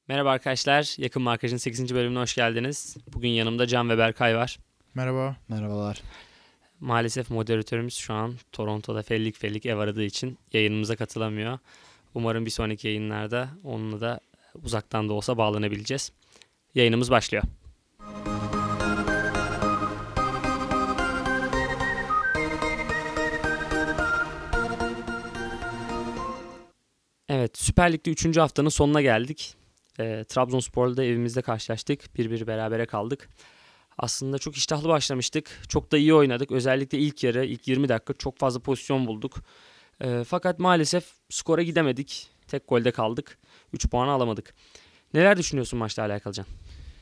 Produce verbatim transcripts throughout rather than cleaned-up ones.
Merhaba arkadaşlar, Yakın Markaj'ın sekizinci bölümüne hoş geldiniz. Bugün yanımda Can ve Berkay var. Merhaba. Merhabalar. Maalesef moderatörümüz şu an Toronto'da fellik fellik ev aradığı için yayınımıza katılamıyor. Umarım bir sonraki yayınlarda onunla da uzaktan da olsa bağlanabileceğiz. Yayınımız başlıyor. Evet, Süper Lig'de üçüncü haftanın sonuna geldik. E, Trabzonspor'la da evimizde karşılaştık. bir bir berabere kaldık. Aslında çok iştahlı başlamıştık. Çok da iyi oynadık. Özellikle ilk yarı, ilk yirmi dakika çok fazla pozisyon bulduk. E, fakat maalesef skora gidemedik. Tek golde kaldık. üç puanı alamadık. Neler düşünüyorsun maçla alakalı Can?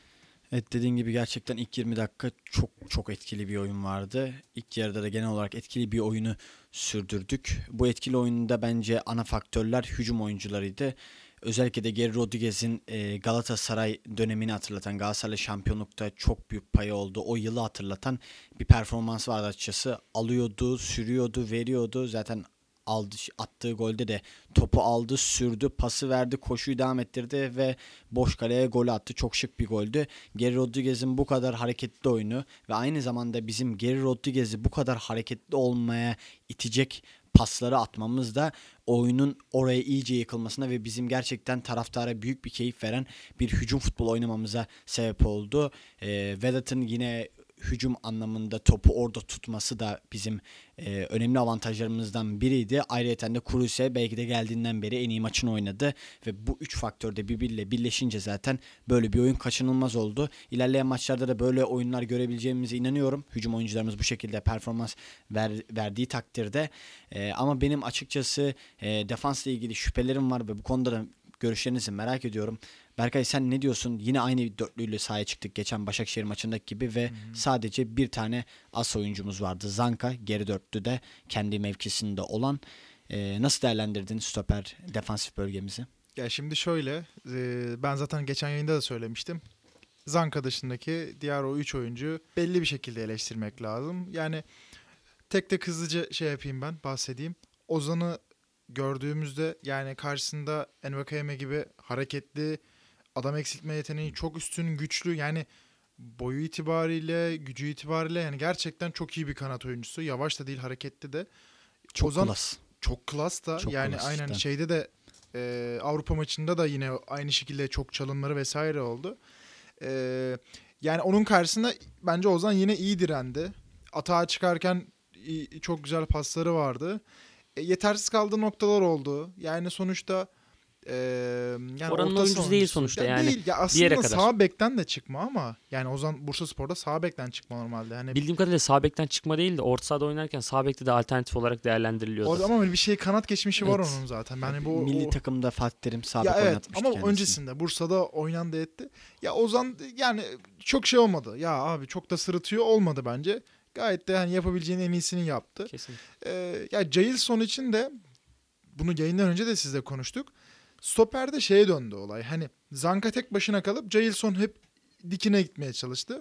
Evet, dediğin gibi gerçekten ilk yirmi dakika çok çok etkili bir oyun vardı. İlk yarıda da genel olarak etkili bir oyunu sürdürdük. Bu etkili oyunda bence ana faktörler hücum oyuncularıydı. Özellikle de Geri Rodriguez'in e, Galatasaray dönemini hatırlatan, Galatasaray şampiyonlukta çok büyük payı oldu. O yılı hatırlatan bir performans vardı açıkçası. Alıyordu, sürüyordu, veriyordu. Zaten aldı, attığı golde de topu aldı, sürdü, pası verdi, koşuyu devam ettirdi ve boş kaleye golü attı. Çok şık bir goldü. Geri Rodriguez'in bu kadar hareketli oyunu ve aynı zamanda bizim Geri Rodriguez'i bu kadar hareketli olmaya itecek pasları atmamız da oyunun oraya iyice yıkılmasına ve bizim gerçekten taraftara büyük bir keyif veren bir hücum futbolu oynamamıza sebep oldu. E, Vedat'ın yine hücum anlamında topu orada tutması da bizim e, önemli avantajlarımızdan biriydi. Ayrıca de Kruse belki de geldiğinden beri en iyi maçını oynadı ve bu üç faktör de birbiriyle birleşince zaten böyle bir oyun kaçınılmaz oldu. İlerleyen maçlarda da böyle oyunlar görebileceğimize inanıyorum. Hücum oyuncularımız bu şekilde performans ver, verdiği takdirde. E, ama benim açıkçası e, defansla ilgili şüphelerim var ve bu konuda da görüşlerinizi merak ediyorum. Berkay, sen ne diyorsun? Yine aynı bir dörtlüyle sahaya çıktık geçen Başakşehir maçındaki gibi ve Hı-hı. sadece bir tane as oyuncumuz vardı. Zanka geri dörtlüde kendi mevkisinde olan. Ee, nasıl değerlendirdin stoper defansif bölgemizi? Ya şimdi şöyle, e, ben zaten geçen yayında da söylemiştim. Zanka dışındaki diğer o üç oyuncu belli bir şekilde eleştirmek lazım. Yani tek tek hızlıca şey yapayım ben, bahsedeyim. Ozan'ı gördüğümüzde yani karşısında Envakayeme gibi hareketli, adam eksiltme yeteneği çok üstün, güçlü. Yani boyu itibariyle, gücü itibariyle yani gerçekten çok iyi bir kanat oyuncusu. Yavaş da değil, hareketli de. Çok Ozan klas. çok klas da Çok yani klas aynen cidden. şeyde de e, Avrupa maçında da yine aynı şekilde çok çalımları vesaire oldu. E, Yani onun karşısında bence Ozan yine iyi direndi. Atağa çıkarken iyi- çok güzel pasları vardı. E, yetersiz kaldığı noktalar oldu. Yani sonuçta e, yani Oranın orta saha oyuncusu değil oyuncusu. sonuçta Ya yani değil ya, bir yere aslında kadar. sağ bekten de çıkma ama yani Ozan Bursaspor'da sağ bekten çıkma normalde. Yani Bildiğim kadarıyla sağ bekten çıkma değil de orta sahada oynarken sağ bekte de alternatif olarak değerlendiriliyordu. orada ama öyle bir şey, kanat geçmişi var Evet. onun zaten. Yani bu Milli o, takımda Fatih Terim sağ ya bek evet oynatmıştı ama kendisini. öncesinde Bursa'da oynandı etti. Ya Ozan yani çok şey olmadı. Ya abi çok da sırıtıyor olmadı bence. Gayet de hani yapabileceğinin en iyisini yaptı. Kesinlikle. Ee, ya Jailson için de bunu yayından önce de sizle konuştuk. Stoper'de şeye döndü olay. Hani Zanka tek başına kalıp Jailson hep dikine gitmeye çalıştı.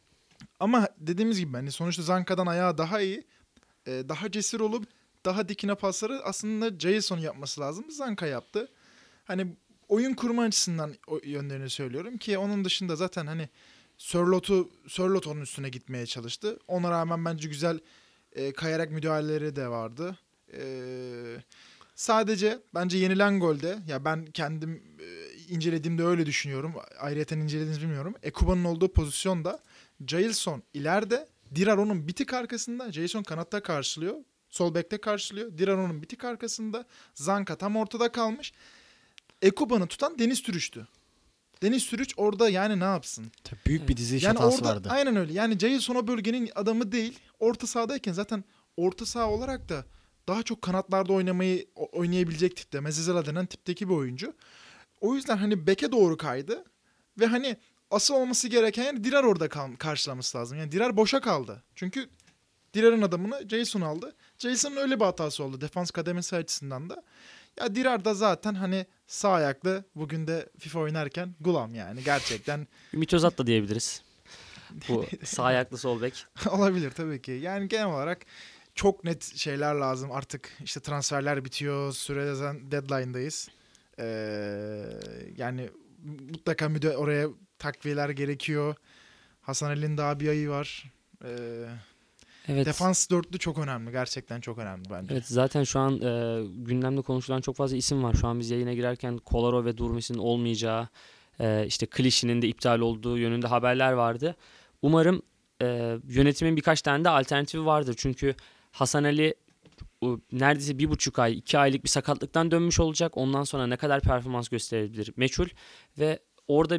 Ama dediğimiz gibi hani sonuçta Zanka'dan ayağı daha iyi, e, daha cesur olup daha dikine pasları aslında Jailson yapması lazım. Zanka yaptı. Hani oyun kurma açısından o yönlerini söylüyorum ki onun dışında zaten hani Sörlot'u Sörlot onun üstüne gitmeye çalıştı. Ona rağmen bence güzel e, kayarak müdahaleleri de vardı. E, Sadece bence yenilen golde ya ben kendim e, incelediğimde öyle düşünüyorum. Ayrıyeten incelediğinizi bilmiyorum. Ekuba'nın olduğu pozisyonda Jailson ileride, Dirar onun bir tık arkasında. Jailson kanatta karşılıyor. Sol bekte karşılıyor. Dirar onun bir tık arkasında. Zanka tam ortada kalmış. Ekuba'nı tutan Deniz Türüç'tü. Deniz Türüç orada yani ne yapsın? Tabii büyük bir diziliş Yani hatası orada vardı. aynen öyle. Yani Jailson o bölgenin adamı değil. Orta sahadayken zaten orta saha olarak da daha çok kanatlarda oynamayı o- oynayabilecek tipte. Mezizela denen tipteki bir oyuncu. O yüzden hani beke doğru kaydı. Ve hani asıl olması gereken yani Dirar orada kal- karşılaması lazım. Yani Dirar boşa kaldı. Çünkü Dirar'ın adamını Jason aldı. Jason'ın öyle bir hatası oldu defans kademesi açısından da. Ya Dirar da zaten hani sağ ayaklı, bugün de FIFA oynarken gulam yani gerçekten. Ümit Özat da diyebiliriz. Bu sağ ayaklı sol bek. Olabilir tabii ki. Yani genel olarak çok net şeyler lazım. Artık işte transferler bitiyor. Sürede deadline'dayız. Ee, yani mutlaka müde oraya takviyeler gerekiyor. Hasan Ali'nin daha bir ayı var. Ee, Evet. Defans dörtlü çok önemli. Gerçekten çok önemli bence. Evet, zaten şu an e, gündemde konuşulan çok fazla isim var. Şu an biz yayına girerken Kolarov ve Durmuş'un olmayacağı, e, işte Klişi'nin de iptal olduğu yönünde haberler vardı. Umarım e, yönetimin birkaç tane de alternatifi vardır. Çünkü Hasan Ali o, neredeyse bir buçuk ay, iki aylık bir sakatlıktan dönmüş olacak. Ondan sonra ne kadar performans gösterebilir meçhul. Ve orada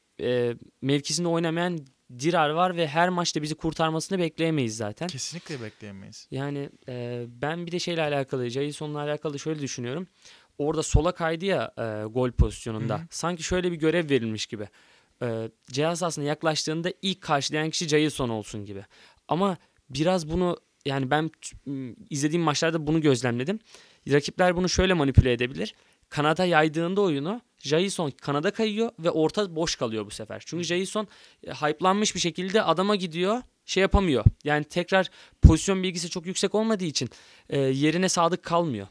e, mevkisinde oynamayan Dirar var ve her maçta bizi kurtarmasını bekleyemeyiz zaten. Kesinlikle bekleyemeyiz. Yani e, ben bir de şeyle alakalı, Jason'la alakalı şöyle düşünüyorum. Orada sola kaydı ya e, gol pozisyonunda. Hı hı. Sanki şöyle bir görev verilmiş gibi. E, ceza sahasına yaklaştığında ilk karşılayan kişi Jason olsun gibi. Ama biraz bunu yani ben m, izlediğim maçlarda bunu gözlemledim. Rakipler bunu şöyle manipüle edebilir. Kanada yaydığında oyunu Jason kanada kayıyor ve orta boş kalıyor bu sefer. Çünkü Jason e, hype'lanmış bir şekilde adama gidiyor, şey yapamıyor. Yani tekrar pozisyon bilgisi çok yüksek olmadığı için e, yerine sadık kalmıyor.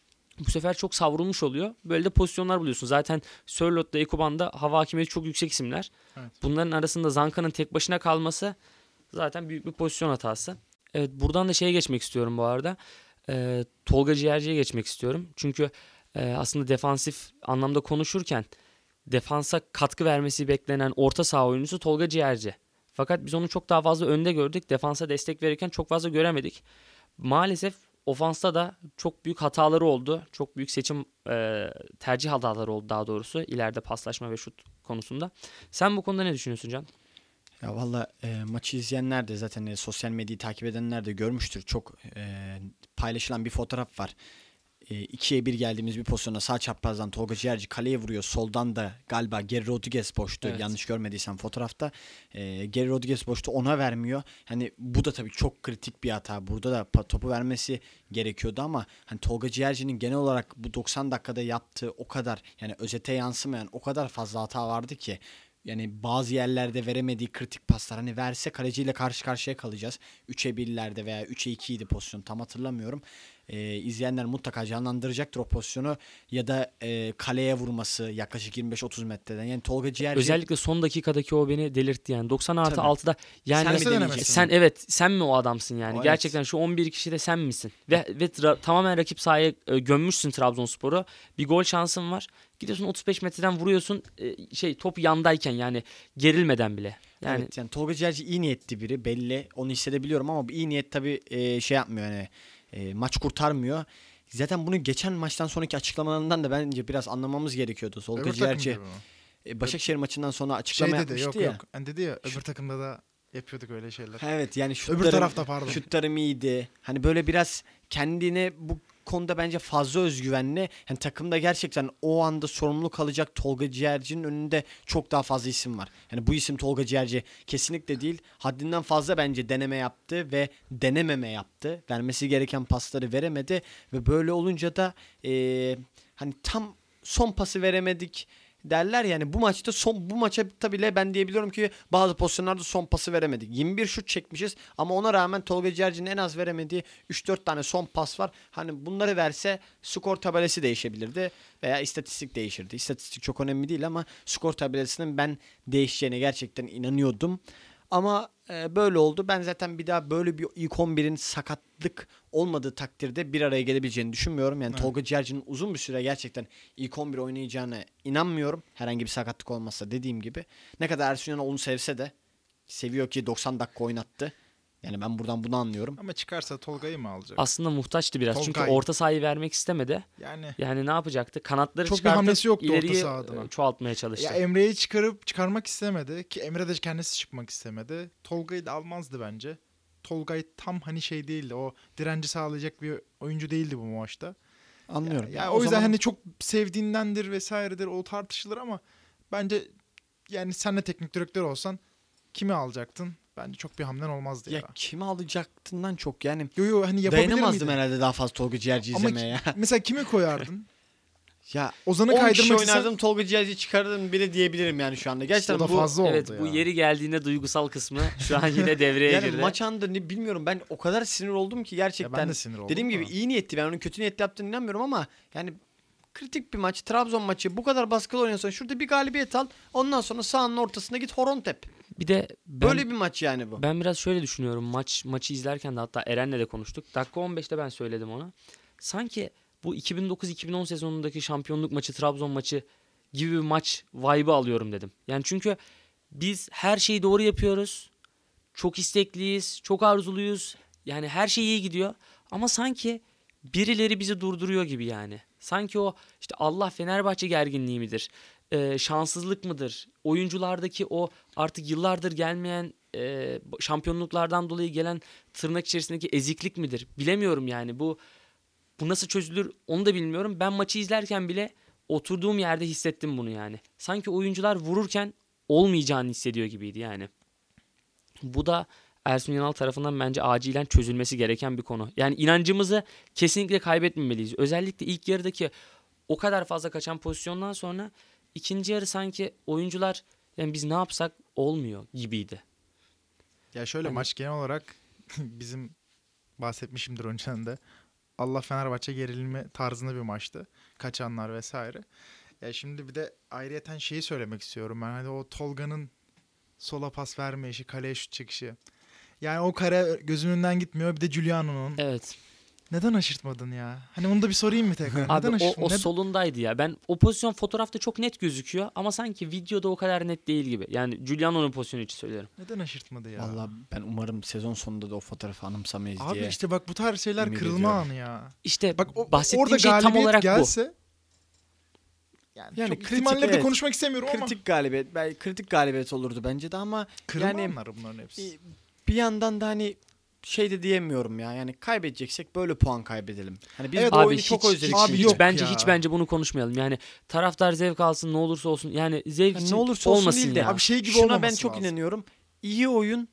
Bu sefer çok savrulmuş oluyor. Böyle de pozisyonlar buluyorsun. Zaten Sörlot'ta, Ekuban'da hava hakimiyeti çok yüksek isimler. Evet. Bunların arasında Zanka'nın tek başına kalması zaten büyük bir pozisyon hatası. Evet, buradan da şeye geçmek istiyorum bu arada. E, Tolga Ciğerci'ye geçmek istiyorum. Çünkü e, aslında defansif anlamda konuşurken defansa katkı vermesi beklenen orta saha oyuncusu Tolga Ciğerci. Fakat biz onu çok daha fazla önde gördük. Defansa destek verirken çok fazla göremedik. Maalesef ofansta da çok büyük hataları oldu. Çok büyük seçim e, tercih hataları oldu daha doğrusu. İleride paslaşma ve şut konusunda. Sen bu konuda ne düşünüyorsun Can? Ya valla e, maçı izleyenler de zaten e, sosyal medyayı takip edenler de görmüştür. Çok e, paylaşılan bir fotoğraf var. E, ikiye bir geldiğimiz bir pozisyonda sağ çaprazdan Tolga Ciğerci kaleye vuruyor. Soldan da galiba Geri Rodriguez boştu. Evet. Yanlış görmediysem fotoğrafta. E, Geri Rodriguez boştu, ona vermiyor. Hani bu da tabii çok kritik bir hata. Burada da pa- topu vermesi gerekiyordu ama hani Tolga Ciğerci'nin genel olarak bu doksan dakikada yaptığı o kadar, yani özete yansımayan o kadar fazla hata vardı ki. Yani bazı yerlerde veremediği kritik paslar, hani verse kaleciyle karşı karşıya kalacağız. üçe birlerde veya üçe iki idi pozisyon, tam hatırlamıyorum. Ee, izleyenler mutlaka canlandıracaktır o pozisyonu. Ya da e, kaleye vurması yaklaşık yirmi beş otuz metreden. Yani Tolga Ciğerci... Özellikle son dakikadaki o beni delirtti yani. doksan artı Tabii. altıda yani Sen mi Nasıl deneyeceksin? denemezsin? sen evet sen mi o adamsın yani? O evet. Gerçekten şu on bir kişi de sen misin? Ve, ve ra- tamamen rakip sahaya e, gömmüşsün Trabzonspor'u. Bir gol şansın var. Gidiyorsun otuz beş metreden vuruyorsun. E, şey top yandayken yani gerilmeden bile. Yani Evet, yani Tolga Ciğerci iyi niyetli biri belli. Onu hissedebiliyorum ama bu iyi niyet tabii e, şey yapmıyor, yani e, maç kurtarmıyor. Zaten bunu geçen maçtan sonraki açıklamalarından da bence biraz anlamamız gerekiyordu. Tolga Öbür Ciğerci takım gibi e, Başakşehir maçından sonra mi? açıklama Şey dedi yapmıştı yok ya. yok. Hani dedi ya öbür takımda da yapıyorduk öyle şeyler. Evet, yani şutlarım, Öbür tarafta pardon. şutlarım iyiydi. Hani böyle biraz kendine bu konuda bence fazla özgüvenli. Yani takımda gerçekten o anda sorumluluk alacak Tolga Ciğerci'nin önünde çok daha fazla isim var. Yani bu isim Tolga Ciğerci kesinlikle değil. Haddinden fazla bence deneme yaptı ve denememe yaptı. Vermesi gereken pasları veremedi ve böyle olunca da eee, hani tam son pası veremedik derler, yani bu maçta son bu maça tabii ben diyebiliyorum ki bazı pozisyonlarda son pası veremedik. yirmi bir şut çekmişiz ama ona rağmen Tolga Ciğerci'nin en az veremediği üç dört tane son pas var. Hani bunları verse skor tabelası değişebilirdi veya istatistik değişirdi. İstatistik çok önemli değil ama skor tabelasının ben değişeceğine gerçekten inanıyordum. Ama e, böyle oldu. Ben zaten bir daha böyle bir ilk on birin sakatlık olmadığı takdirde bir araya gelebileceğini düşünmüyorum. Yani Evet. Tolga Ciğerci'nin uzun bir süre gerçekten ilk on bir oynayacağına inanmıyorum. Herhangi bir sakatlık olmazsa, dediğim gibi. Ne kadar Ersun Yanal onu sevse de, seviyor ki doksan dakika oynattı. Yani ben buradan bunu anlıyorum. Ama çıkarsa Tolga'yı mı alacak? aslında muhtaçtı biraz. Çünkü Tolgay. orta sahayı vermek istemedi. Yani Yani ne yapacaktı? Kanatları Çok bir çıkartıp hamlesi yoktu orta ileriyi saha adına. e, çoğaltmaya çalıştı. ya Emre'yi çıkarıp çıkarmak istemedi ki Emre de kendisi çıkmak istemedi. Tolga'yı da almazdı bence. Tolgay tam hani şey değildi. O direnci sağlayacak bir oyuncu değildi bu maçta. Anlıyorum. Ya, ya O o yüzden zaman- hani çok sevdiğindendir vesairedir o tartışılır ama bence yani sen de teknik direktör olsan kimi alacaktın? Bence çok bir hamlen olmazdı ya. Ya kimi alacaktından çok yani Yo yo hani yapabilir dayanamazdım miydin? herhalde daha fazla Tolga Ciğerci Ama izlemeye ya. Mesela kimi koyardın? Ya Ozan'ı on kişi kaydırmak oynardım, istesen Tolga Ciğerci çıkardım bile diyebilirim yani şu anda. Gerçekten o da bu fazla oldu Evet, ya. bu yeri geldiğinde duygusal kısmı şu an yine devreye yani girdi. maç anında ne bilmiyorum, ben o kadar sinir oldum ki Ya gerçekten. ben de sinir oldum. Dediğim gibi ama. iyi niyetli, ben onun kötü niyetli yaptığını inanmıyorum ama yani kritik bir maç. Trabzon maçı. Bu kadar baskılı oynuyorsan şurada bir galibiyet al. Ondan sonra sahanın ortasına git horon tep. Bir de ben, Böyle bir maç yani bu. ben biraz şöyle düşünüyorum. Maç maçı izlerken de hatta Eren'le de konuştuk. Dakika on beşte ben söyledim ona. Sanki bu iki bin dokuz iki bin on sezonundaki şampiyonluk maçı, Trabzon maçı gibi bir maç vibe'ı alıyorum dedim. Yani çünkü biz her şeyi doğru yapıyoruz. Çok istekliyiz, çok arzuluyuz. Yani her şey iyi gidiyor. Ama sanki birileri bizi durduruyor gibi yani. Sanki o işte Allah Fenerbahçe gerginliği midir? Ee, şanssızlık mıdır? Oyunculardaki o artık yıllardır gelmeyen e, şampiyonluklardan dolayı gelen tırnak içerisindeki eziklik midir? Bilemiyorum yani. Bu bu nasıl çözülür onu da bilmiyorum. Ben maçı izlerken bile oturduğum yerde hissettim bunu yani. Sanki oyuncular vururken olmayacağını hissediyor gibiydi yani. Bu da Ersun Yanal tarafından bence acilen çözülmesi gereken bir konu. Yani inancımızı kesinlikle kaybetmemeliyiz. Özellikle ilk yarıdaki o kadar fazla kaçan pozisyondan sonra ikinci yarı sanki oyuncular yani biz ne yapsak olmuyor gibiydi. Ya şöyle Yani- maç genel olarak bizim bahsetmişimdir önceden de. Allah Fenerbahçe gerilme tarzında bir maçtı. Kaçanlar vesaire. Ya şimdi bir de ayrıyeten şeyi söylemek istiyorum ben. Hani o Tolga'nın sola pas verme işi, kaleye şut çekişi. Yani o kare gözümün önünden gitmiyor. Bir de Giuliano'nun. Evet. Neden aşırtmadın ya? Hani onu da bir sorayım mı tekrar? Abi Neden o, aşırtmadın? o Ne- solundaydı ya. Ben o pozisyon fotoğrafta çok net gözüküyor ama sanki videoda o kadar net değil gibi. Yani Giuliano'nun pozisyonu için söylüyorum. Neden aşırtmadı ya? Vallahi ben umarım sezon sonunda da o fotoğrafı anımsamayız Abi diye. işte bak bu tarz şeyler ümit kırılma ediyorum. anı ya. İşte Bak o, bahsettiğim orada şey tam galibiyet olarak bu. gelse yani, Yani çok kritik, ihtimalleri de evet. konuşmak istemiyorum ama Kritik galibiyet, belki kritik galibiyet olurdu bence de ama kırılma yani anları bunların hepsi. e, bir yandan da hani şey de diyemiyorum ya. Yani kaybedeceksek böyle puan kaybedelim. Hani biz Evet, bu Abi oyunu hiç, çok özledik. abi hiç, çünkü. hiç yok bence ya. hiç bence bunu konuşmayalım. Yani taraftar zevk alsın ne olursa olsun. Yani zevk Yani için ne olursa olsun olmasın değil de ya. Abi şey gibi şuna ben olmaması çok lazım. inanıyorum. İyi oyun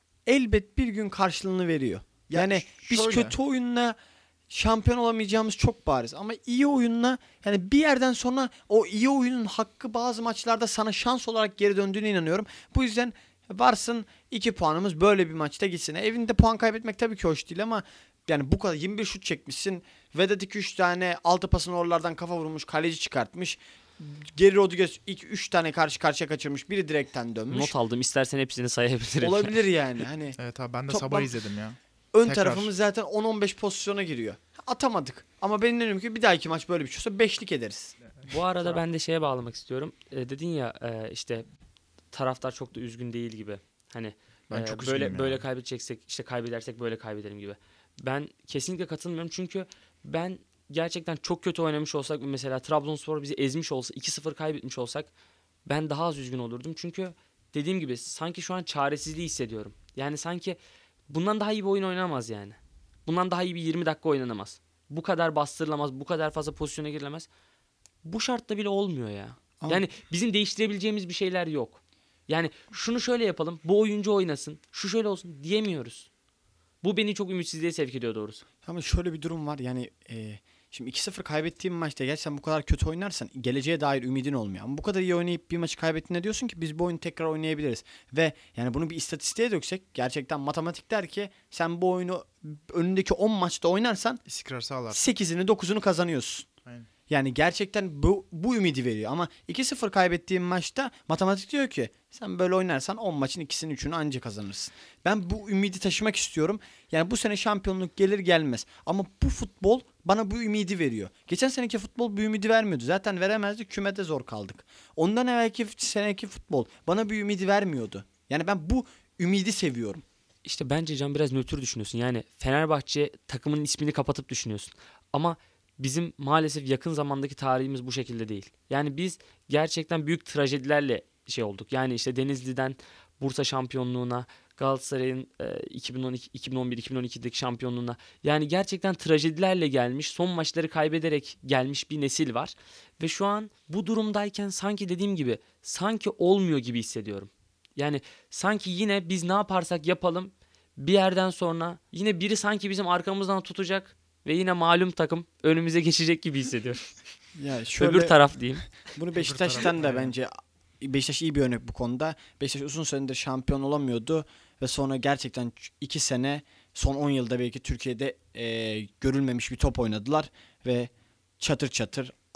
elbet bir gün karşılığını veriyor. Ya yani ş- biz şöyle. kötü oyunla şampiyon olamayacağımız çok bariz ama iyi oyunla yani bir yerden sonra o iyi oyunun hakkı bazı maçlarda sana şans olarak geri döndüğüne inanıyorum. Bu yüzden varsın iki puanımız böyle bir maçta gitsin. Evinde puan kaybetmek tabii ki hoş değil ama yani bu kadar yirmi bir şut çekmişsin. Vedat iki üç tane altı pasın oralardan kafa vurmuş, kaleci çıkartmış. Geri Rodriguez ilk üç tane karşı karşıya kaçırmış. Biri direkten dönmüş. Not aldım. İstersen hepsini sayabilirim. Olabilir yani. Hani Evet abi ben de Toplam- sabah izledim ya. ön Tekrar. tarafımız zaten on on beş pozisyona giriyor. Atamadık. Ama benim inanıyorum ki bir dahaki maç böyle bir şey olsa beşlik ederiz. Bu arada ben de şeye bağlamak istiyorum. E, dedin ya e, işte taraftar çok da üzgün değil gibi. Hani Ben e, çok böyle üzgünüm böyle ya. kaybedeceksek işte kaybedersek böyle kaybedelim gibi. Ben kesinlikle katılmıyorum çünkü ben gerçekten çok kötü oynamış olsak mesela Trabzonspor bizi ezmiş olsa iki sıfır kaybetmiş olsak ben daha az üzgün olurdum. Çünkü dediğim gibi sanki şu an çaresizliği hissediyorum. Yani sanki bundan daha iyi bir oyun oynanamaz yani. Bundan daha iyi bir yirmi dakika oynanamaz. Bu kadar bastırılamaz, bu kadar fazla pozisyona girilemez. Bu şartta bile olmuyor ya. Ama- Yani bizim değiştirebileceğimiz bir şeyler yok. Yani şunu şöyle yapalım, bu oyuncu oynasın, şu şöyle olsun diyemiyoruz. Bu beni çok ümitsizliğe sevk ediyor doğrusu. Ama şöyle bir durum var. Yani e, şimdi iki sıfır kaybettiğin maçta gerçekten bu kadar kötü oynarsan geleceğe dair ümidin olmuyor. Ama bu kadar iyi oynayıp bir maçı kaybettiğinde diyorsun ki biz bu oyunu tekrar oynayabiliriz. Ve yani bunu bir istatistiğe döksek gerçekten matematik der ki sen bu oyunu önündeki on maçta oynarsan İstikrar sağlar. sekizini dokuzunu kazanıyorsun. Aynen. Yani gerçekten bu, bu ümidi veriyor. Ama iki sıfır kaybettiğin maçta matematik diyor ki sen böyle oynarsan on maçın ikisini üçünü anca kazanırsın. Ben bu ümidi taşımak istiyorum. Yani bu sene şampiyonluk gelir gelmez. Ama bu futbol bana bu ümidi veriyor. Geçen seneki futbol bu ümidi vermiyordu. Zaten veremezdi. Kümede zor kaldık. Ondan evvelki seneki futbol bana bir ümidi vermiyordu. Yani ben bu ümidi seviyorum. İşte bence Can biraz nötr düşünüyorsun. Yani Fenerbahçe takımın ismini kapatıp düşünüyorsun. Ama bizim maalesef yakın zamandaki tarihimiz bu şekilde değil. Yani biz gerçekten büyük trajedilerle şey olduk. Yani işte Denizli'den Bursa şampiyonluğuna, Galatasaray'ın e, iki bin on iki, iki bin on bir, iki bin on ikideki şampiyonluğuna. Yani gerçekten trajedilerle gelmiş, son maçları kaybederek gelmiş bir nesil var. Ve şu an bu durumdayken sanki dediğim gibi sanki olmuyor gibi hissediyorum. Yani sanki yine biz ne yaparsak yapalım bir yerden sonra yine biri sanki bizim arkamızdan tutacak ve yine malum takım önümüze geçecek gibi hissediyorum. Ya şöyle Öbür taraf diyeyim. bunu Beşiktaş'tan da aynen. bence Beşiktaş iyi bir örnek bu konuda. Beşiktaş uzun süredir şampiyon olamıyordu ve sonra gerçekten iki sene son on yılda belki Türkiye'de e, görülmemiş bir top oynadılar ve çatır çatır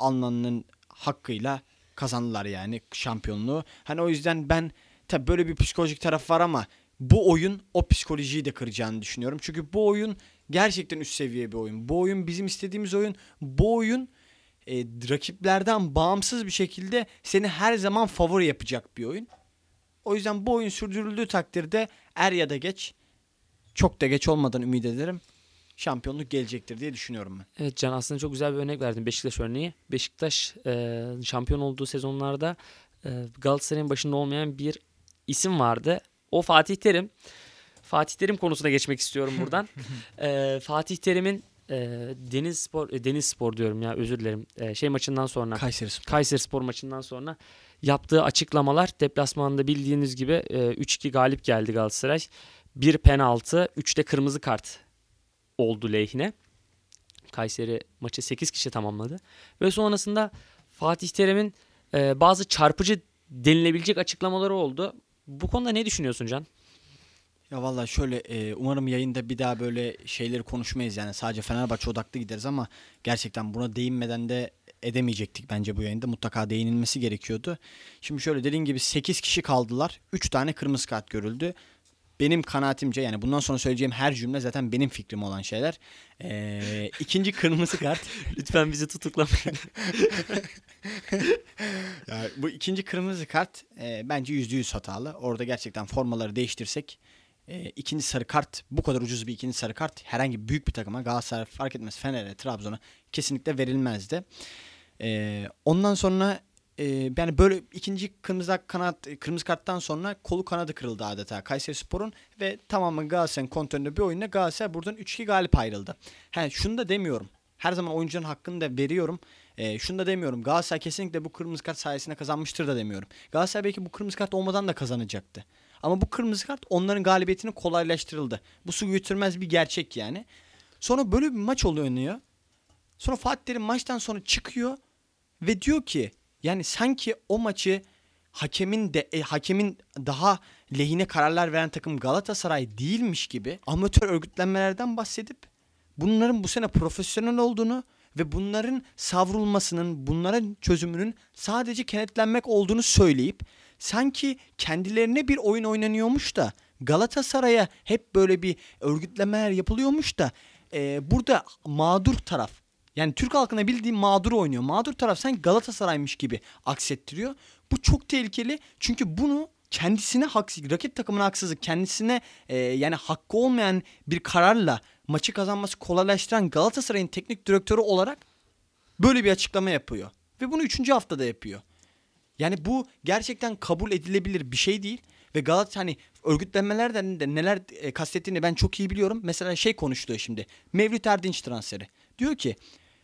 almanın hakkıyla kazandılar yani şampiyonluğu. Hani o yüzden ben tabii böyle bir psikolojik taraf var ama bu oyun o psikolojiyi de kıracağını düşünüyorum. Çünkü bu oyun gerçekten üst seviye bir oyun. Bu oyun bizim istediğimiz oyun. Bu oyun e, rakiplerden bağımsız bir şekilde seni her zaman favori yapacak bir oyun. O yüzden bu oyun sürdürüldüğü takdirde er ya da geç, çok da geç olmadan ümit ederim, şampiyonluk gelecektir diye düşünüyorum ben. Evet Can, aslında çok güzel bir örnek verdin, Beşiktaş örneği. Beşiktaş e, şampiyon olduğu sezonlarda e, Galatasaray'ın başında olmayan bir isim vardı. O Fatih Terim. Fatih Terim konusuna geçmek istiyorum buradan. e, Fatih Terim'in e, Deniz Spor, e, Deniz Spor diyorum ya, özür dilerim. E, şey maçından sonra, Kayserispor. Kayserispor maçından sonra yaptığı açıklamalar, deplasmanda bildiğiniz gibi e, üç iki galip geldi Galatasaray. Bir penaltı, üç de kırmızı kart oldu lehine. Kayseri maçı sekiz kişi tamamladı. Ve sonrasında Fatih Terim'in e, bazı çarpıcı denilebilecek açıklamaları oldu. Bu konuda ne düşünüyorsun Can? Ya vallahi şöyle e, umarım yayında bir daha böyle şeyleri konuşmayız yani sadece Fenerbahçe odaklı gideriz ama gerçekten buna değinmeden de edemeyecektik bence bu yayında. Mutlaka değinilmesi gerekiyordu. Şimdi şöyle dediğin gibi sekiz kişi kaldılar. üç tane kırmızı kart görüldü. Benim kanaatimce yani bundan sonra söyleyeceğim her cümle zaten benim fikrim olan şeyler. Ee, ikinci kırmızı kart. Lütfen bizi tutuklamayın. Yani bu ikinci kırmızı kart e, bence yüzde yüz hatalı. Orada gerçekten formaları değiştirsek e, ikinci sarı kart, bu kadar ucuz bir ikinci sarı kart herhangi büyük bir takıma, Galatasaray fark etmez, Fener'e, Trabzon'a kesinlikle verilmezdi. E, ondan sonra e, yani böyle ikinci kırmızı kanat kırmızı karttan sonra kolu kanadı kırıldı adeta Kayserispor'un ve tamamen Galatasaray'ın kontrolünde bir oyunda Galatasaray buradan üç iki galip ayrıldı. He, şunu da demiyorum. Her zaman oyuncuların hakkını da veriyorum. E, şunu da demiyorum. Galatasaray kesinlikle bu kırmızı kart sayesinde kazanmıştır da demiyorum. Galatasaray belki bu kırmızı kart olmadan da kazanacaktı. Ama bu kırmızı kart onların galibiyetini kolaylaştırıldı. Bu su götürmez bir gerçek yani. Sonra böyle bir maç oluyor. Sonra Fatih Terim maçtan sonra çıkıyor ve diyor ki yani sanki o maçı hakemin de e, hakemin daha lehine kararlar veren takım Galatasaray değilmiş gibi amatör örgütlenmelerden bahsedip bunların bu sene profesyonel olduğunu ve bunların savrulmasının, bunların çözümünün sadece kenetlenmek olduğunu söyleyip sanki kendilerine bir oyun oynanıyormuş da Galatasaray'a hep böyle bir örgütlemeler yapılıyormuş da e, burada mağdur taraf, yani Türk halkına bildiğim mağdur oynuyor. Mağdur taraf sanki Galatasaray'mış gibi aksettiriyor. Bu çok tehlikeli çünkü bunu kendisine haksız, rakip takımına haksızlık, kendisine e, yani hakkı olmayan bir kararla maçı kazanması kolaylaştıran Galatasaray'ın teknik direktörü olarak böyle bir açıklama yapıyor. Ve bunu üçüncü haftada yapıyor. Yani bu gerçekten kabul edilebilir bir şey değil. Ve Galatasaray hani örgütlenmelerden de neler e, kastettiğini ben çok iyi biliyorum. Mesela şey konuşuluyor şimdi. Mevlüt Erdinç transferi. Diyor ki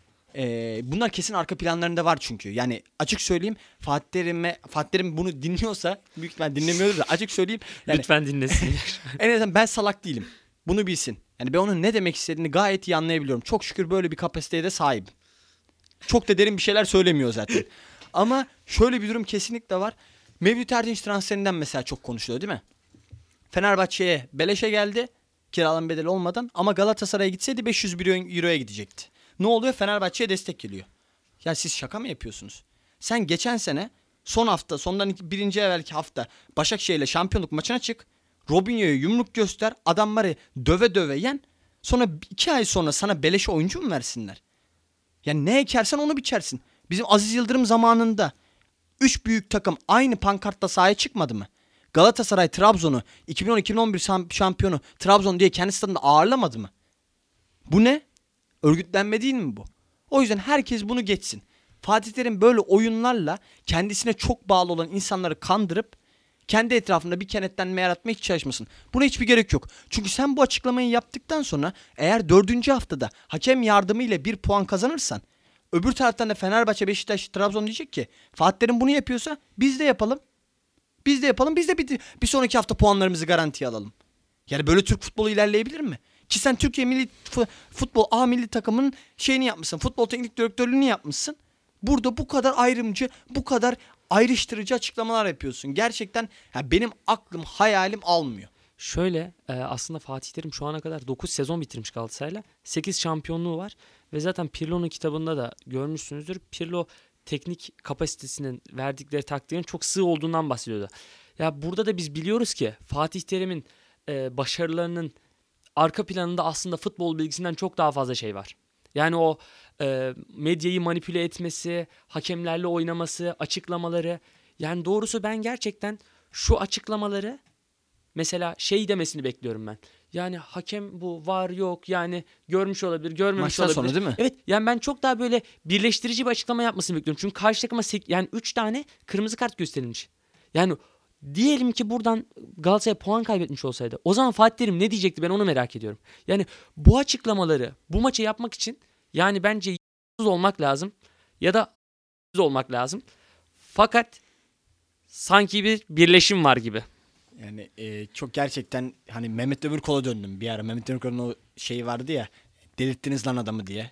e, bunlar kesin arka planlarında var çünkü. Yani açık söyleyeyim Fatih Terim'e, Fatih Terim bunu dinliyorsa büyük ihtimal dinlemiyordur da açık söyleyeyim. Yani, Lütfen dinlesin. en azından ben salak değilim. Bunu bilsin. Yani ben onun ne demek istediğini gayet iyi anlayabiliyorum. Çok şükür böyle bir kapasiteye de sahibim. Çok da derin bir şeyler söylemiyor zaten. Ama şöyle bir durum kesinlikle var. Mevlüt Erdinç transferinden mesela çok konuşuluyor değil mi? Fenerbahçe'ye beleşe geldi. Kiralanma bedeli olmadan. Ama Galatasaray'a gitseydi beş yüz euroya gidecekti. Ne oluyor? Fenerbahçe'ye destek geliyor. Ya siz şaka mı yapıyorsunuz? Sen geçen sene son hafta, sondan birinci evvelki hafta Başakşehir'le şampiyonluk maçına çık. Robinho'ya yumruk göster. Adamları döve döve yen. Sonra iki ay sonra sana beleşe oyuncu mu versinler? Yani ne ekersen onu biçersin. Bizim Aziz Yıldırım zamanında üç büyük takım aynı pankartla sahaya çıkmadı mı? Galatasaray Trabzon'u iki bin on iki bin on bir şampiyonu Trabzon diye kendi stadında ağırlamadı mı? Bu ne? Örgütlenme değil mi bu? O yüzden herkes bunu geçsin. Fatih Terim böyle oyunlarla kendisine çok bağlı olan insanları kandırıp kendi etrafında bir kenetlenme yaratmaya hiç çalışmasın. Buna hiçbir gerek yok. Çünkü sen bu açıklamayı yaptıktan sonra eğer dördüncü haftada hakem yardımıyla bir puan kazanırsan öbür taraftan da Fenerbahçe, Beşiktaş, Trabzon diyecek ki Fatih Terim bunu yapıyorsa biz de yapalım. Biz de yapalım. Biz de bir, bir sonraki hafta puanlarımızı garantiye alalım. Yani böyle Türk futbolu ilerleyebilir mi? Ki sen Türkiye milli futbol A milli takımının şeyini yapmışsın. Futbol teknik direktörlüğünü yapmışsın. Burada bu kadar ayrımcı, bu kadar ayrıştırıcı açıklamalar yapıyorsun. Gerçekten ya benim aklım, hayalim almıyor. Şöyle e, aslında Fatih Terim şu ana kadar dokuz sezon bitirmiş Galatasaray'la. sekiz şampiyonluğu var. Ve zaten Pirlo'nun kitabında da görmüşsünüzdür. Pirlo teknik kapasitesinin verdikleri takdirin çok sığ olduğundan bahsediyordu. Ya burada da biz biliyoruz ki Fatih Terim'in e, başarılarının arka planında aslında futbol bilgisinden çok daha fazla şey var. Yani o e, medyayı manipüle etmesi, hakemlerle oynaması, açıklamaları. Yani doğrusu ben gerçekten şu açıklamaları mesela şey demesini bekliyorum ben. Yani hakem bu var yok yani görmüş olabilir, görmemiş Maçtan olabilir. sonra değil mi? Evet yani ben çok daha böyle birleştirici bir açıklama yapmasını bekliyorum. Çünkü karşı takıma sek- yani üç tane kırmızı kart gösterilmiş. Yani diyelim ki buradan Galatasaray puan kaybetmiş olsaydı o zaman Fatih Terim ne diyecekti, ben onu merak ediyorum. Yani bu açıklamaları bu maçı yapmak için yani bence yüz olmak lazım ya da yüz olmak lazım. Fakat sanki bir birleşim var gibi. Yani e, çok gerçekten hani Mehmet Ömürkol'a döndüm bir ara. Mehmet Ömürkol'un o şeyi vardı ya, delirttiniz lan adamı diye.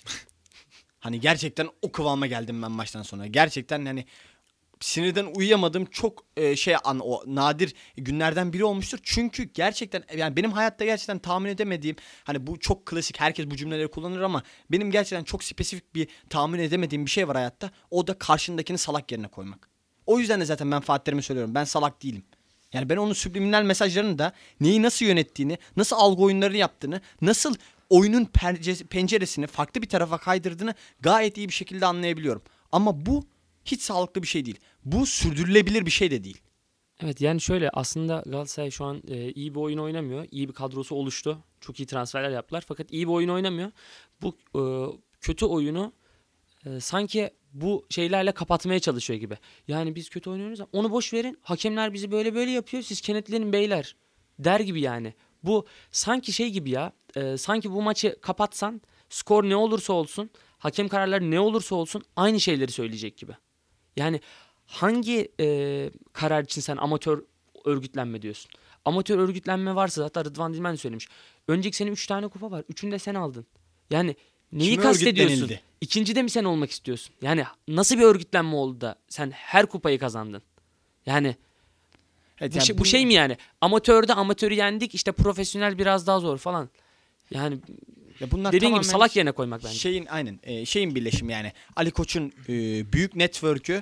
Hani gerçekten o kıvama geldim ben maçtan sonra. Gerçekten hani sinirden uyuyamadım. Çok e, şey an o nadir günlerden biri olmuştur. Çünkü gerçekten yani benim hayatta gerçekten tahmin edemediğim, hani bu çok klasik, herkes bu cümleleri kullanır ama benim gerçekten çok spesifik bir tahmin edemediğim bir şey var hayatta. O da karşındakini salak yerine koymak. O yüzden de zaten ben Fatih Terim'e söylüyorum. Ben salak değilim. Yani ben onun subliminal mesajlarını da neyi nasıl yönettiğini, nasıl algı oyunlarını yaptığını, nasıl oyunun perce- penceresini farklı bir tarafa kaydırdığını gayet iyi bir şekilde anlayabiliyorum. Ama bu hiç sağlıklı bir şey değil. Bu sürdürülebilir bir şey de değil. Evet yani şöyle aslında Galatasaray şu an e, iyi bir oyun oynamıyor. İyi bir kadrosu oluştu. Çok iyi transferler yaptılar fakat iyi bir oyun oynamıyor. Bu e, kötü oyunu e, sanki bu şeylerle kapatmaya çalışıyor gibi. Yani biz kötü oynuyoruz ama onu boş verin. Hakemler bizi böyle böyle yapıyor. Siz kenetlenin beyler der gibi yani. Bu sanki şey gibi ya. E, sanki bu maçı kapatsan skor ne olursa olsun, hakem kararları ne olursa olsun aynı şeyleri söyleyecek gibi. Yani hangi e, karar için sen amatör örgütlenme diyorsun? Amatör örgütlenme varsa hatta Rıdvan Dilmen de söylemiş. Önceki sene üç tane kupa var. üçünü de sen aldın. Yani neyi Kime kastediyorsun? örgütlenildi? İkincide mi sen olmak istiyorsun? Yani nasıl bir örgütlenme oldu da sen her kupayı kazandın? Yani Evet, bu, yani şey, bu şey mi yani? Amatörde amatörü yendik, işte profesyonel biraz daha zor falan. Yani ya bunlar dediğin gibi tamamen salak yerine koymak bence. Şeyin aynen e, şeyin birleşimi yani. Ali Koç'un e, büyük network'ü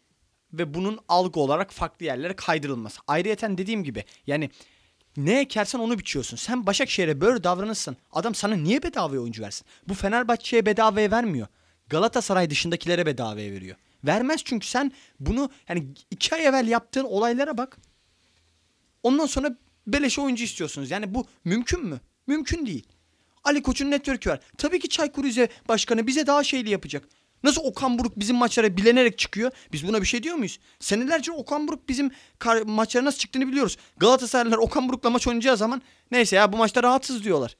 ve bunun algı olarak farklı yerlere kaydırılması. Ayrıyeten dediğim gibi yani ne ekersen onu biçiyorsun. Sen Başakşehir'e böyle davranırsın. Adam sana niye bedavaya oyuncu versin? Bu Fenerbahçe'ye bedavaya vermiyor. Galatasaray dışındakilere bedavaya veriyor. Vermez çünkü sen bunu yani iki ay evvel yaptığın olaylara bak. Ondan sonra beleşe oyuncu istiyorsunuz. Yani bu mümkün mü? Mümkün değil. Ali Koç'un network'ü var. Tabii ki Çaykur Rize başkanı bize daha şeyli yapacak. Nasıl Okan Buruk bizim maçlara bilenerek çıkıyor? Biz buna bir şey diyor muyuz? Senelerce Okan Buruk bizim kar- maçlara nasıl çıktığını biliyoruz. Galatasaraylılar Okan Buruk'la maç oynayacağı zaman neyse ya bu maçta rahatsız diyorlar.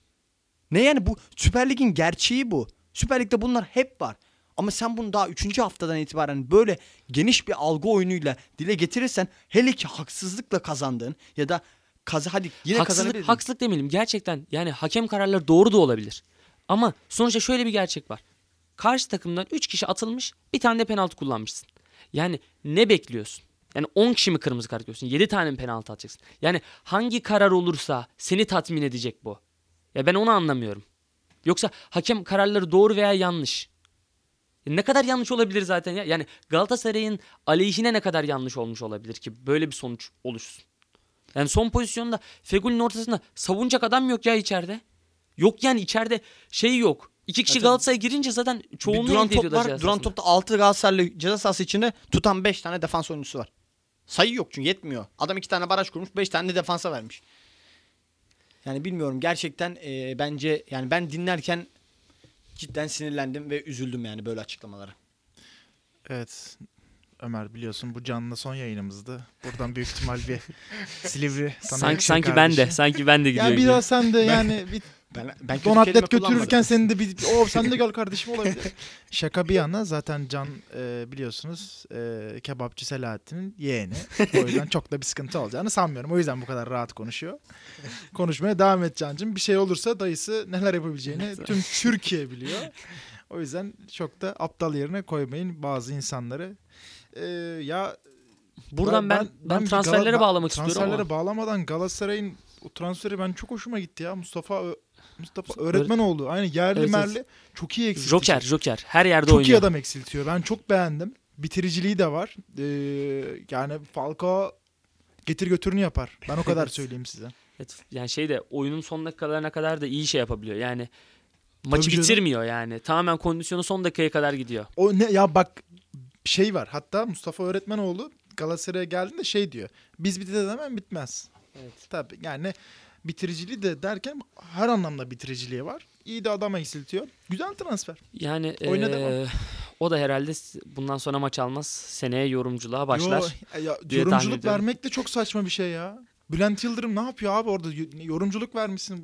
Ne yani bu Süper Lig'in gerçeği bu. Süper Lig'de bunlar hep var. Ama sen bunu daha üçüncü haftadan itibaren böyle geniş bir algı oyunuyla dile getirirsen, hele ki haksızlıkla kazandığın ya da kaza hadi yine Haksızlık, kazanabilirdin. haksızlık demeyelim. Gerçekten yani hakem kararları doğru da olabilir. Ama sonuçta şöyle bir gerçek var. Karşı takımdan üç kişi atılmış, bir tane de penaltı kullanmışsın. Yani ne bekliyorsun? Yani on kişi mi kırmızı kart görüyorsun? yedi tane mi penaltı atacaksın? Yani hangi karar olursa seni tatmin edecek bu? Ya ben onu anlamıyorum. Yoksa hakem kararları doğru veya yanlış. Ya ne kadar yanlış olabilir zaten ya? Yani Galatasaray'ın aleyhine ne kadar yanlış olmuş olabilir ki böyle bir sonuç oluşsun? Yani son pozisyonda Fegüli'nin ortasında savunacak adam yok ya içeride. Yok yani içeride şey yok. İki kişi Zaten Galatasaray girince zaten Bir çoğunluğu duran elde top ediyorlar var. ceza Duran sahasında. topta altı Galatasaraylı ceza sahası içinde tutan beş tane defans oyuncusu var. Sayı yok çünkü yetmiyor. Adam iki tane baraj kurmuş, beş tane de defansa vermiş. Yani bilmiyorum gerçekten e, bence yani ben dinlerken cidden sinirlendim ve üzüldüm yani böyle açıklamalara. Evet. Ömer biliyorsun bu canlı son yayınımızdı. Buradan büyük ihtimal bir Silivri sana Sanki, yakışır sanki ben de. kardeşim. Sanki ben de gidiyor Ya gibi. biraz sen de yani bir Ben ben kötü don kelime atlet götürürken kullanmadım. senin de bir o sen de gel kardeşim olabilir. Şaka bir yana zaten Can e, biliyorsunuz e, kebapçı Selahattin'in yeğeni. O yüzden çok da bir sıkıntı olacağını sanmıyorum. O yüzden bu kadar rahat konuşuyor. Konuşmaya devam et Can'cığım. Bir şey olursa dayısı neler yapabileceğini tüm Türkiye biliyor. O yüzden çok da aptal yerine koymayın bazı insanları. E, ya Buradan ben ben, bir transferlere Gala- bağlamak istiyorum transferlere ama. bağlamadan Galatasaray'ın o transferi ben çok hoşuma gitti ya. Mustafa Ö- Mustafa Öğretmenoğlu. Aynen yerli Evet, merli. evet. Çok iyi eksiltici. Joker, Joker. Her yerde Çok oynuyor. iyi adam eksiltiyor. Ben çok beğendim. Bitiriciliği de var. Ee, yani Falcao getir götürünü yapar. Ben o kadar Evet. söyleyeyim size. Evet, yani şey de oyunun son dakikalarına kadar da iyi şey yapabiliyor. Yani maçı Tabii canım. bitirmiyor yani. Tamamen kondisyonu son dakikaya kadar gidiyor. O ne ya bak şey var. Hatta Mustafa Öğretmenoğlu Galatasaray'a geldiğinde şey diyor. Biz bitti de hemen bitmez. Evet. Tabii yani bitiriciliği de derken her anlamda bitiriciliği var. İyi de adam eksiltiyor. Güzel transfer. Yani Oyuna eee, devam. o da herhalde bundan sonra maç almaz. Seneye yorumculuğa başlar. Yo, ya, diye tahmin yorumculuk ediyorum. vermek de çok saçma bir şey ya. Bülent Yıldırım ne yapıyor abi orada? Yorumculuk vermişsin.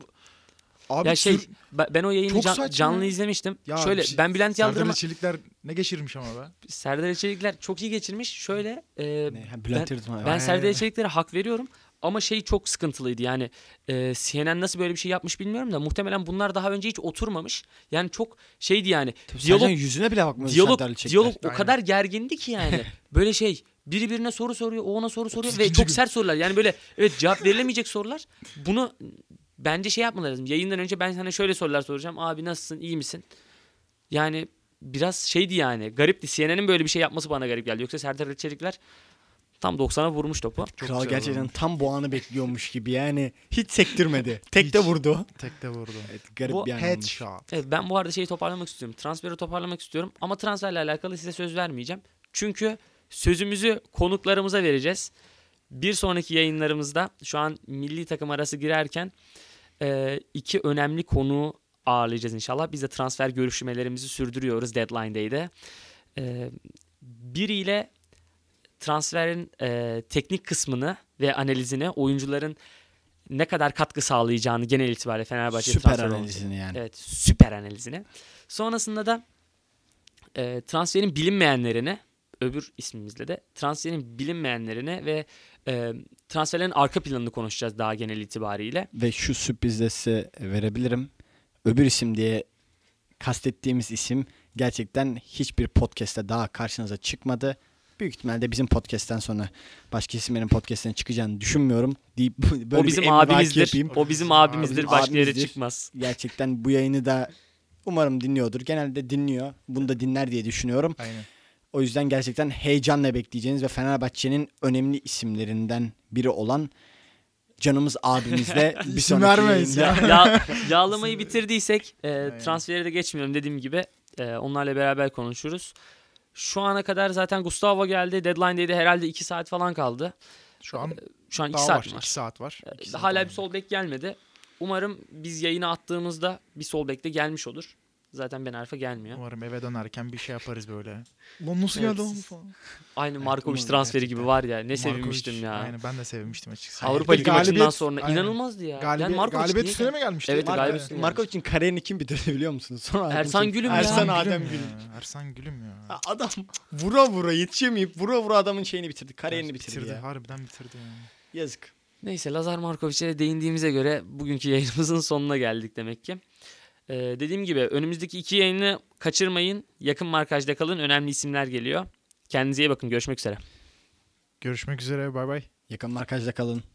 Abi Ya şey sür- ben ben o yayını Çok can- saçma canlı ya. izlemiştim. Ya Şöyle bir şey- ben Bülent Serdar Yıldırım'a Çelikler ne geçirmiş ama be. Serdar Eçelikler çok iyi geçirmiş. Şöyle eee, Ne, ha, Bülent ben- Yıldırım. ben Ay. Serdar Eçeliklere hak veriyorum. Ama şey çok sıkıntılıydı yani e, C N N nasıl böyle bir şey yapmış bilmiyorum da muhtemelen bunlar daha önce hiç oturmamış. Yani çok şeydi yani diyalog Sercan yüzüne bile bakmıyor diyalog Serdar Çelikler. diyalog o Aynen. kadar gergindi ki yani böyle şey biri birine soru soruyor, o ona soru soruyor ve otuz ikinci çok gün. sert sorular. Yani böyle evet cevap verilemeyecek sorular. Bunu bence şey yapmaları lazım. Yayından önce ben sana şöyle sorular soracağım. Abi nasılsın? İyi misin? Yani biraz şeydi yani. Garipti. C N N'in böyle bir şey yapması bana garip geldi. Yoksa Serdar Çelikler tam doksana vurmuş topu. Çok Kral güzel gerçekten oldu. tam bu anı bekliyormuş gibi yani. Hiç sektirmedi. Tek de Hiç. vurdu. Tek de vurdu. Evet, garip Bu bir an olmuş. Headshot. Evet, ben bu arada şeyi toparlamak istiyorum. Transferi toparlamak istiyorum. Ama transferle alakalı size söz vermeyeceğim. Çünkü sözümüzü konuklarımıza vereceğiz. Bir sonraki yayınlarımızda şu an milli takım arası girerken e, iki önemli konuğu ağırlayacağız inşallah. Biz de transfer görüşmelerimizi sürdürüyoruz Deadline Day'de. E, biriyle transferin e, teknik kısmını ve analizini, oyuncuların ne kadar katkı sağlayacağını genel itibariyle Fenerbahçe'ye Süper transfer olması. analizini yani. Evet, süper analizini. Sonrasında da e, transferin bilinmeyenlerini, öbür ismimizle de transferin bilinmeyenlerini ve e, transferlerin arka planını konuşacağız daha genel itibariyle. Ve şu sürprizde size verebilirim. Öbür isim diye kastettiğimiz isim gerçekten hiçbir podcast'te daha karşınıza çıkmadı. Büyük ihtimalle bizim podcast'ten sonra başka isimlerin podcast'ine çıkacağını düşünmüyorum. Deyip böyle o bir bizim emrivaki abimizdir. yapayım. O bizim abimizdir. Bizim Başka yere abimizdir. çıkmaz. Gerçekten bu yayını da umarım dinliyordur. Genelde dinliyor. Bunu da dinler diye düşünüyorum. Aynen. O yüzden gerçekten heyecanla bekleyeceğiniz ve Fenerbahçe'nin önemli isimlerinden biri olan canımız abimizle bir İsim sonraki vermeyiz yayında. ya. Ya, yağlamayı bitirdiysek e, Aynen. transferi de geçmiyorum dediğim gibi e, onlarla beraber konuşuruz. Şu ana kadar zaten Gustavo geldi. Deadline Day'de herhalde iki saat falan kaldı. Şu an Şu an iki daha saat var. mi var. iki saat var. Ee, İki saat Hala var. bir sol bek gelmedi. Umarım biz yayına attığımızda bir sol bek de gelmiş olur. Zaten Ben Arfa gelmiyor. Umarım eve dönerken bir şey yaparız böyle. Lan nasıl Evet. geldi oğlum falan. Aynı Markovic umarım transferi gerçekten. gibi var ya. Ne Markovic, sevinmiştim ya. Aynen ben de sevmiştim açıkçası. Avrupa Bir Ligi maçından galibiyet- sonra aynen. inanılmazdı ya. Galibiyet, yani Markovic galibiyet niye üstüne geldi? mi gelmişti? Evet, Mark- galibiyet üstüne Markovic'in kariyerini kim bitirdi biliyor musunuz? Sonra Ersan Markovic'in- Gülüm ya. Ersan Gülüm Adem ya. Gülüm. Ersan Gülüm ya. Ya adam vura vura yetişemeyip vura vura adamın şeyini bitirdi. Kariyerini bitirdi, bitirdi. ya. Harbiden bitirdi yani. Yazık. Neyse Lazar Markovic'e de değindiğimize göre bugünkü yayınımızın sonuna geldik demek ki. Ee, dediğim gibi önümüzdeki iki yayını kaçırmayın. Yakın markajda kalın. Önemli isimler geliyor. Kendinize iyi bakın. Görüşmek üzere. Görüşmek üzere. Bay bay. Yakın markajda kalın.